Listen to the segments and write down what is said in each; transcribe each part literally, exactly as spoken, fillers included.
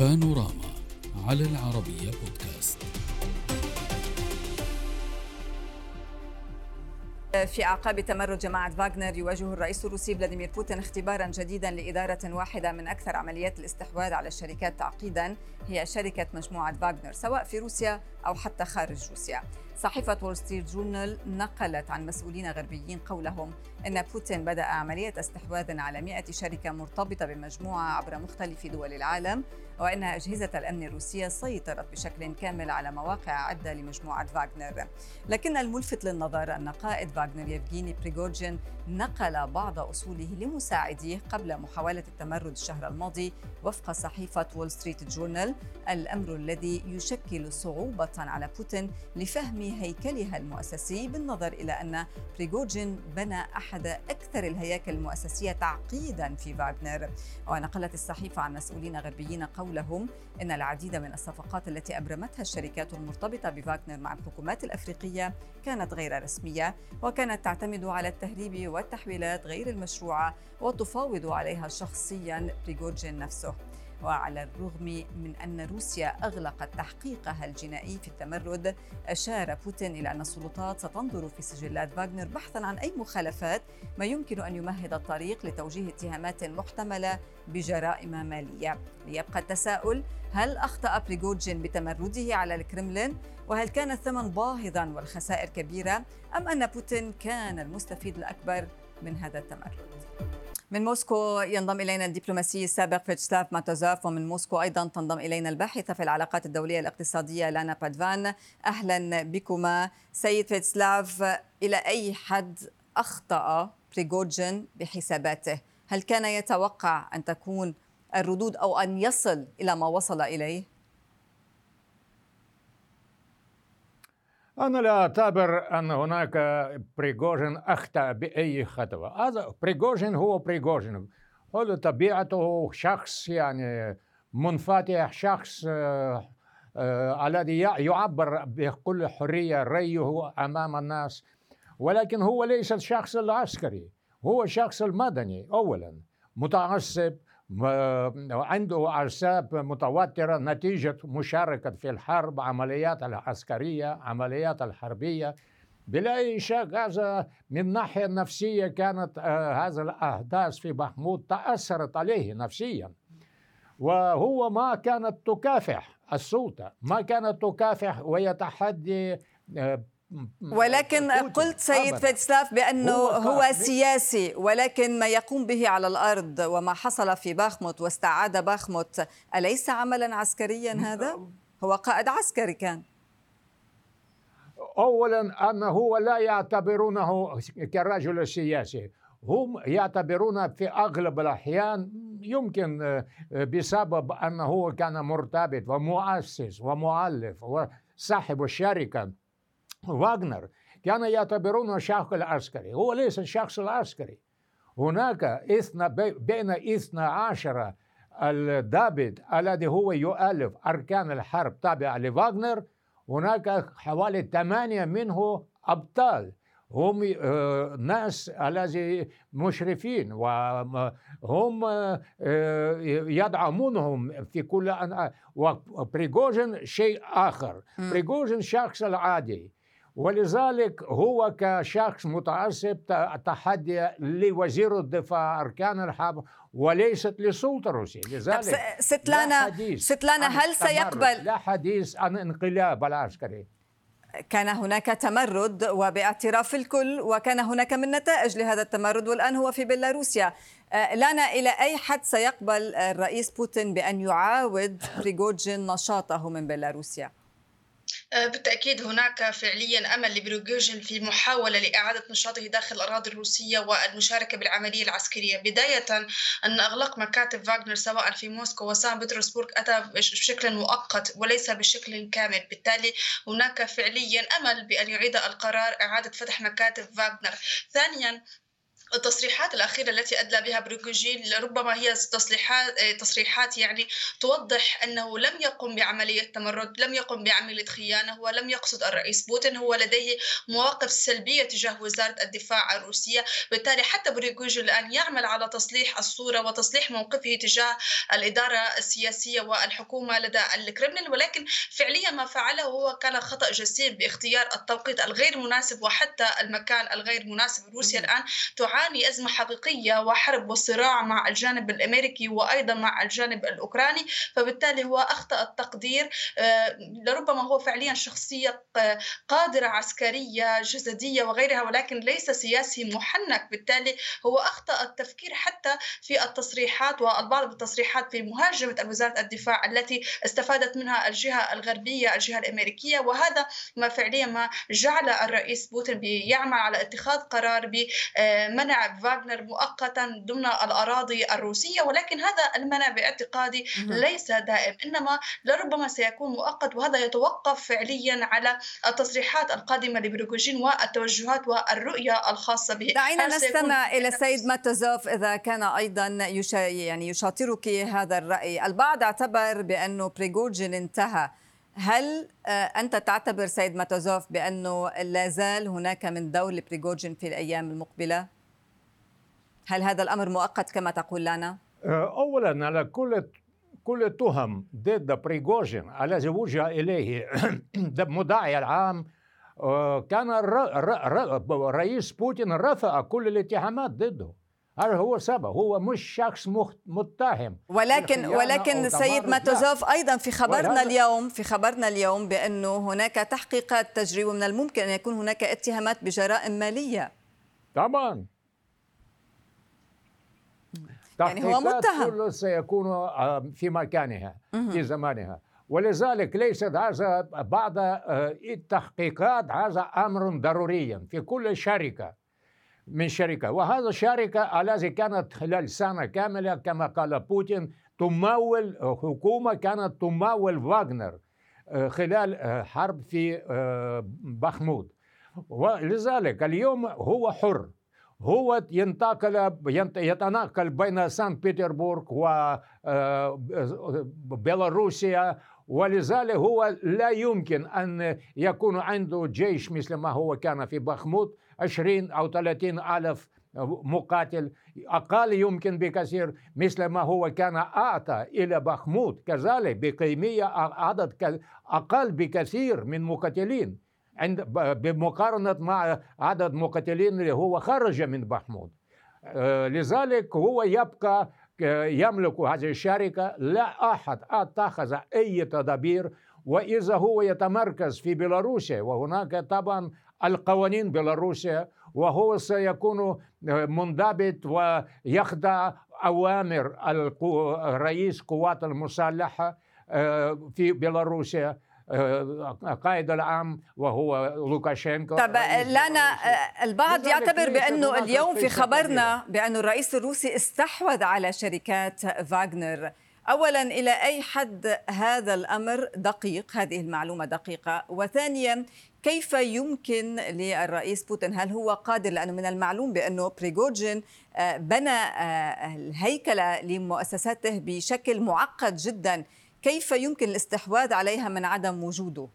بانوراما على العربية بودكاست. في أعقاب تمرد جماعة فاغنر يواجه الرئيس الروسي فلاديمير بوتين اختبارا جديدا لإدارة واحدة من أكثر عمليات الاستحواذ على الشركات تعقيدا، هي شركة مجموعة فاغنر سواء في روسيا أو حتى خارج روسيا. صحيفة وول ستريت جورنال نقلت عن مسؤولين غربيين قولهم أن بوتين بدأ عملية استحواذ على مئة شركة مرتبطة بمجموعة عبر مختلف دول العالم، وأن أجهزة الأمن الروسية سيطرت بشكل كامل على مواقع عدة لمجموعة فاغنر. لكن الملفت للنظر أن قائد فاغنر يفغيني بريغوجين نقل بعض أصوله لمساعديه قبل محاولة التمرد الشهر الماضي وفق صحيفة وول ستريت جورنال، الأمر الذي يشكل صعوبة على بوتين لفهم هيكلها المؤسسي، بالنظر إلى أن بريغوجين بنى أحد أكثر الهياكل المؤسسية تعقيداً في فاغنر. ونقلت الصحيفة عن مسؤولين غربيين قولهم إن العديد من الصفقات التي أبرمتها الشركات المرتبطة بفاغنر مع الحكومات الأفريقية كانت غير رسمية، وكانت تعتمد على التهريب والتحويلات غير المشروعة وتفاوض عليها شخصياً بريغوجين نفسه. وعلى الرغم من أن روسيا أغلقت تحقيقها الجنائي في التمرد، أشار بوتين إلى أن السلطات ستنظر في سجلات فاغنر بحثاً عن أي مخالفات، ما يمكن أن يمهد الطريق لتوجيه اتهامات محتملة بجرائم مالية. ليبقى التساؤل: هل أخطأ بريغوجين بتمرده على الكرملين؟ وهل كان الثمن باهظاً والخسائر كبيرة؟ أم أن بوتين كان المستفيد الأكبر من هذا التمرد؟ من موسكو ينضم إلينا الدبلوماسي السابق فيتشسلاف ماتوزوف، ومن موسكو أيضا تنضم إلينا الباحثة في العلاقات الدولية الاقتصادية لانا بادفان. أهلا بكما. سيد فيتشسلاف، إلى أي حد أخطأ بريغوجين بحساباته؟ هل كان يتوقع أن تكون الردود أو أن يصل إلى ما وصل إليه؟ أنا لا أعتبر أن هناك بريغوجين أخطأ بأي خطوة. هذا بريغوجين هو بريغوجين، هو طبيعته شخص يعني منفتح، شخص آه آه الذي يعبر بكل حرية رأيه أمام الناس، ولكن هو ليس الشخص العسكري، هو الشخص المدني. أولا متعصب، عنده أعصاب متوترة نتيجة مشاركة في الحرب، عمليات العسكرية، عمليات الحربية. بلا أي شك هذا من الناحية النفسية كانت آه هذا الأحداث في بحمود تأثرت عليه نفسيا، وهو ما كانت تكافح السلطة، ما كانت تكافح ويتحدي آه ولكن قلت سيد فيتشسلاف بأنه هو, هو سياسي، ولكن ما يقوم به على الأرض وما حصل في باخموت واستعاد باخموت أليس عملا عسكريا؟ هذا هو قائد عسكري كان. أولا أنه لا يعتبرونه كرجل سياسي، هم يعتبرونه في أغلب الأحيان يمكن بسبب أنه كان مرتبط ومؤسس ومؤلف وصاحب الشركة فاغنر، كان يعتبرونه شخص عسكري. هو ليس الشخص العسكري. هناك إثنى بين اثنى عشر الضابط الذي هو يؤلف أركان الحرب تابعة لفاغنر، هناك حوالي ثمانية منه أبطال، هم ناس الذي مشرفين وهم يدعمونهم في كل أن. وبريغوجين شيء آخر، بريغوجين شخص العادي، ولذلك هو كشخص متعصب تحدي لوزير الدفاع أركان الحرب وليست للسلطة الروسية. لذلك ستلانا ستلانا هل سيقبل لا حديث عن انقلاب العسكري؟ كان هناك تمرد وباعتراف الكل، وكان هناك من نتائج لهذا التمرد، والآن هو في بيلاروسيا. لانا، إلى أي حد سيقبل الرئيس بوتين بأن يعاود بريغوجين نشاطه من بيلاروسيا؟ بالتأكيد هناك فعليا أمل لبريغوجين في محاولة لإعادة نشاطه داخل الأراضي الروسية والمشاركة بالعملية العسكرية. بداية أن إغلاق مكاتب فاغنر سواء في موسكو وسان بطرسبورغ أتى بشكل مؤقت وليس بشكل كامل، بالتالي هناك فعليا أمل بأن يعيد القرار إعادة فتح مكاتب فاغنر. ثانيا التصريحات الأخيرة التي أدلى بها بروجين ربما هي تصريحات تصريحات يعني توضح أنه لم يقم بعملية تمرد، لم يقم بعملية خيانة، ولم يقصد الرئيس بوتين، هو لديه مواقف سلبية تجاه وزارة الدفاع الروسية، بالتالي حتى بروجين الآن يعمل على تصليح الصورة وتصليح موقفه تجاه الإدارة السياسية والحكومة لدى الكرملين، ولكن فعليا ما فعله هو كان خطأ جسيم باختيار التوقيت الغير مناسب وحتى المكان الغير مناسب. روسيا الآن تعاني أزمة حقيقية وحرب وصراع مع الجانب الأمريكي وأيضا مع الجانب الأوكراني، فبالتالي هو أخطأ التقدير. لربما هو فعليا شخصية قادرة عسكرية جسدية وغيرها، ولكن ليس سياسي محنك، بالتالي هو أخطأ التفكير حتى في التصريحات والبعض بالتصريحات في مهاجمة وزارة الدفاع التي استفادت منها الجهة الغربية الجهة الأمريكية، وهذا ما فعليا ما جعل الرئيس بوتين يعمل على اتخاذ قرار بمنع فاغنر مؤقتا ضمن الأراضي الروسية، ولكن هذا المنع باعتقادي ليس دائم، إنما لربما سيكون مؤقت، وهذا يتوقف فعليا على التصريحات القادمة لبروجين والتوجهات والرؤية الخاصة به. دعينا نستمع إلى السيد ماتوزوف إذا كان أيضا يشا يعني يشاطرك هذا الرأي. البعض اعتبر بأنه بريغوجين انتهى، هل أنت تعتبر سيد ماتوزوف بأنه لا زال هناك من دور لبريغوجين في الأيام المقبلة؟ هل هذا الأمر مؤقت كما تقول لنا؟ أولا على كل كل التهم ضد بريغوجين الذي وجه إليه مدعي العام كان الرئيس بوتين رفع كل الاتهامات ضده. هذا هو سبب، هو مش شخص متهم. ولكن ولكن سيد ماتوزوف ايضا في خبرنا اليوم في خبرنا اليوم بانه هناك تحقيقات تجري ومن الممكن ان يكون هناك اتهامات بجرائم ماليه. طبعا يعني هو متهم، كله سيكون في مكانها في زمانها، ولذلك ليست هذا بعد التحقيقات، هذا امر ضروري في كل شركه من شركة. وهذا الشركة التي كانت خلال سنة كاملة كما قال بوتين تمول، حكومة كانت تمول فاغنر خلال حرب في بخمود، ولذلك اليوم هو حر، هو ينتقل يتنقل بين سان بطرسبرغ وبيلاروسيا، ولذلك هو لا يمكن أن يكون عنده جيش مثل ما هو كان في بخمود عشرين أو ثلاثين ألف مقاتل، أقل يمكن بكثير مثل ما هو كان أعطى إلى بخمود، كذلك بقيمية عدد أقل بكثير من مقاتلين عند بمقارنة مع عدد مقاتلين اللي هو خرج من بخمود. لذلك هو يبقى يملك هذه الشركة، لا أحد اتخذ أي تدابير، وإذا هو يتمركز في بيلاروسيا وهناك طبعا القوانين بيلاروسيا، وهو سيكون منضبط ويخضع أوامر رئيس قوات المسلحة في بيلاروسيا قائد العام وهو لوكاشينكو. طب لنا البعض يعتبر بأنه اليوم في خبرنا بأن الرئيس الروسي استحوذ على شركات فاغنر. أولا إلى أي حد هذا الأمر دقيق، هذه المعلومة دقيقة؟ وثانيا كيف يمكن للرئيس بوتين، هل هو قادر، لأنه من المعلوم بأنه بريغوجين بنى الهيكلة لمؤسساته بشكل معقد جدا، كيف يمكن الاستحواذ عليها من عدم وجوده؟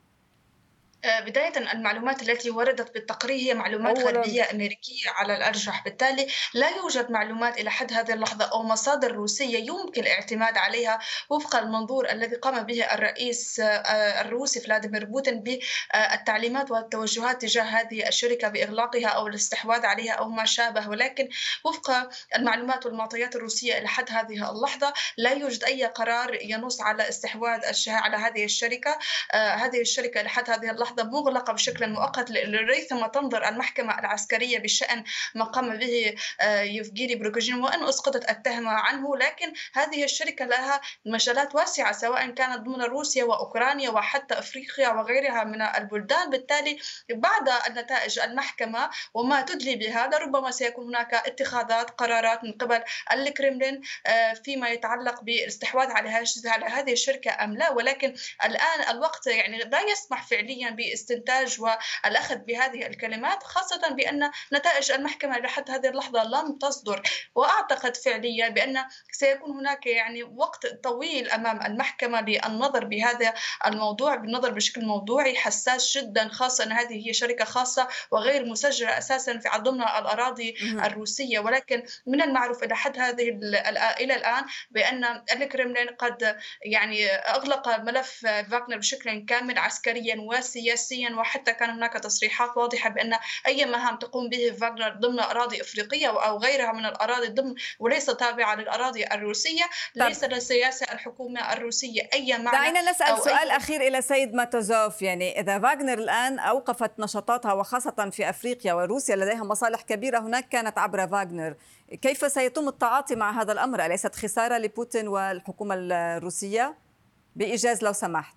بداية المعلومات التي وردت بالتقرير هي معلومات غربية أمريكية على الأرجح، بالتالي لا يوجد معلومات إلى حد هذه اللحظة أو مصادر روسية يمكن الاعتماد عليها وفق المنظور الذي قام به الرئيس الروسي فلاديمير بوتين بالتعليمات والتوجهات تجاه هذه الشركة بإغلاقها أو الاستحواذ عليها أو ما شابه. ولكن وفق المعلومات والمعطيات الروسية إلى حد هذه اللحظة لا يوجد أي قرار ينص على استحواذ على هذه الشركة. هذه الشركة إلى حد هذه اللحظة مغلقة بشكل مؤقت لريثما تنظر المحكمة العسكرية بشأن ما قام به يفغيني بروجين وأن أسقطت التهمة عنه، لكن هذه الشركة لها مجالات واسعة سواء كانت ضمن روسيا وأوكرانيا وحتى أفريقيا وغيرها من البلدان. بالتالي بعد النتائج المحكمة وما تدلي بها لربما سيكون هناك اتخاذات قرارات من قبل الكرملين فيما يتعلق بالاستحواذ على هذه الشركة أم لا، ولكن الآن الوقت يعني لا يسمح فعليا باستنتاج والأخذ بهذه الكلمات، خاصة بأن نتائج المحكمة لحد هذه اللحظة لم تصدر. وأعتقد فعليا بأن سيكون هناك يعني وقت طويل أمام المحكمة للنظر بهذا الموضوع، بالنظر بشكل موضوعي حساس جدا، خاصة أن هذه هي شركة خاصة وغير مسجلة أساسا في ضمن الأراضي الروسية. ولكن من المعروف إلى حد هذه إلى الآن بأن الكرملين قد يعني أغلق ملف فاغنر بشكل كامل عسكريا وسياسيا، وحتى كان هناك تصريحات واضحة بأن أي مهام تقوم به فاغنر ضمن أراضي أفريقية أو غيرها من الأراضي ضمن وليس تابعة للأراضي الروسية ليس لسياسة الحكومة الروسية أي معنى. دعينا نسأل سؤال أي... أخير إلى سيد ماتوزوف، يعني إذا فاغنر الآن أوقفت نشاطاتها وخاصة في أفريقيا وروسيا لديها مصالح كبيرة هناك كانت عبر فاغنر، كيف سيتم التعاطي مع هذا الأمر؟ أليست خسارة لبوتين والحكومة الروسية؟ بإيجاز لو سمحت.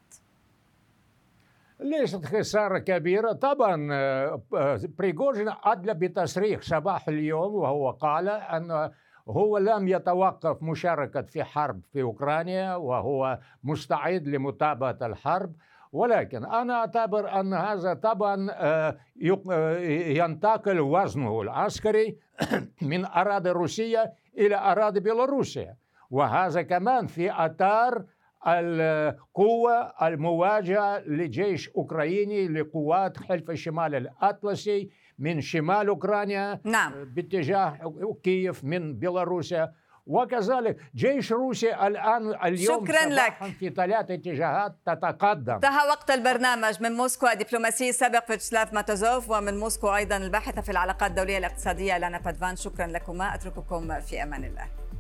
ليست خسارة كبيرة طبعا. بريغوجين أدلى بتصريح صباح اليوم وهو قال أن هو لم يتوقف مشاركة في حرب في أوكرانيا وهو مستعد لمتابعة الحرب، ولكن أنا أعتبر أن هذا طبعا ينتقل وزنه العسكري من أراضي روسيا إلى أراضي بيلاروسيا، وهذا كمان في أطار القوة المواجهة لجيش أوكراني لقوات حلف الشمال الأطلسي من شمال أوكرانيا نعم. باتجاه كييف من بيلاروسيا، وكذلك جيش روسيا الآن اليوم شكرا لك في ثلاث اتجاهات تتقدم. انتهى وقت البرنامج. من موسكو الدبلوماسي السابق فيتشسلاف ماتوزوف، ومن موسكو أيضا الباحثة في العلاقات الدولية الاقتصادية لانا بادفان، شكرا لكما، أترككم في أمان الله.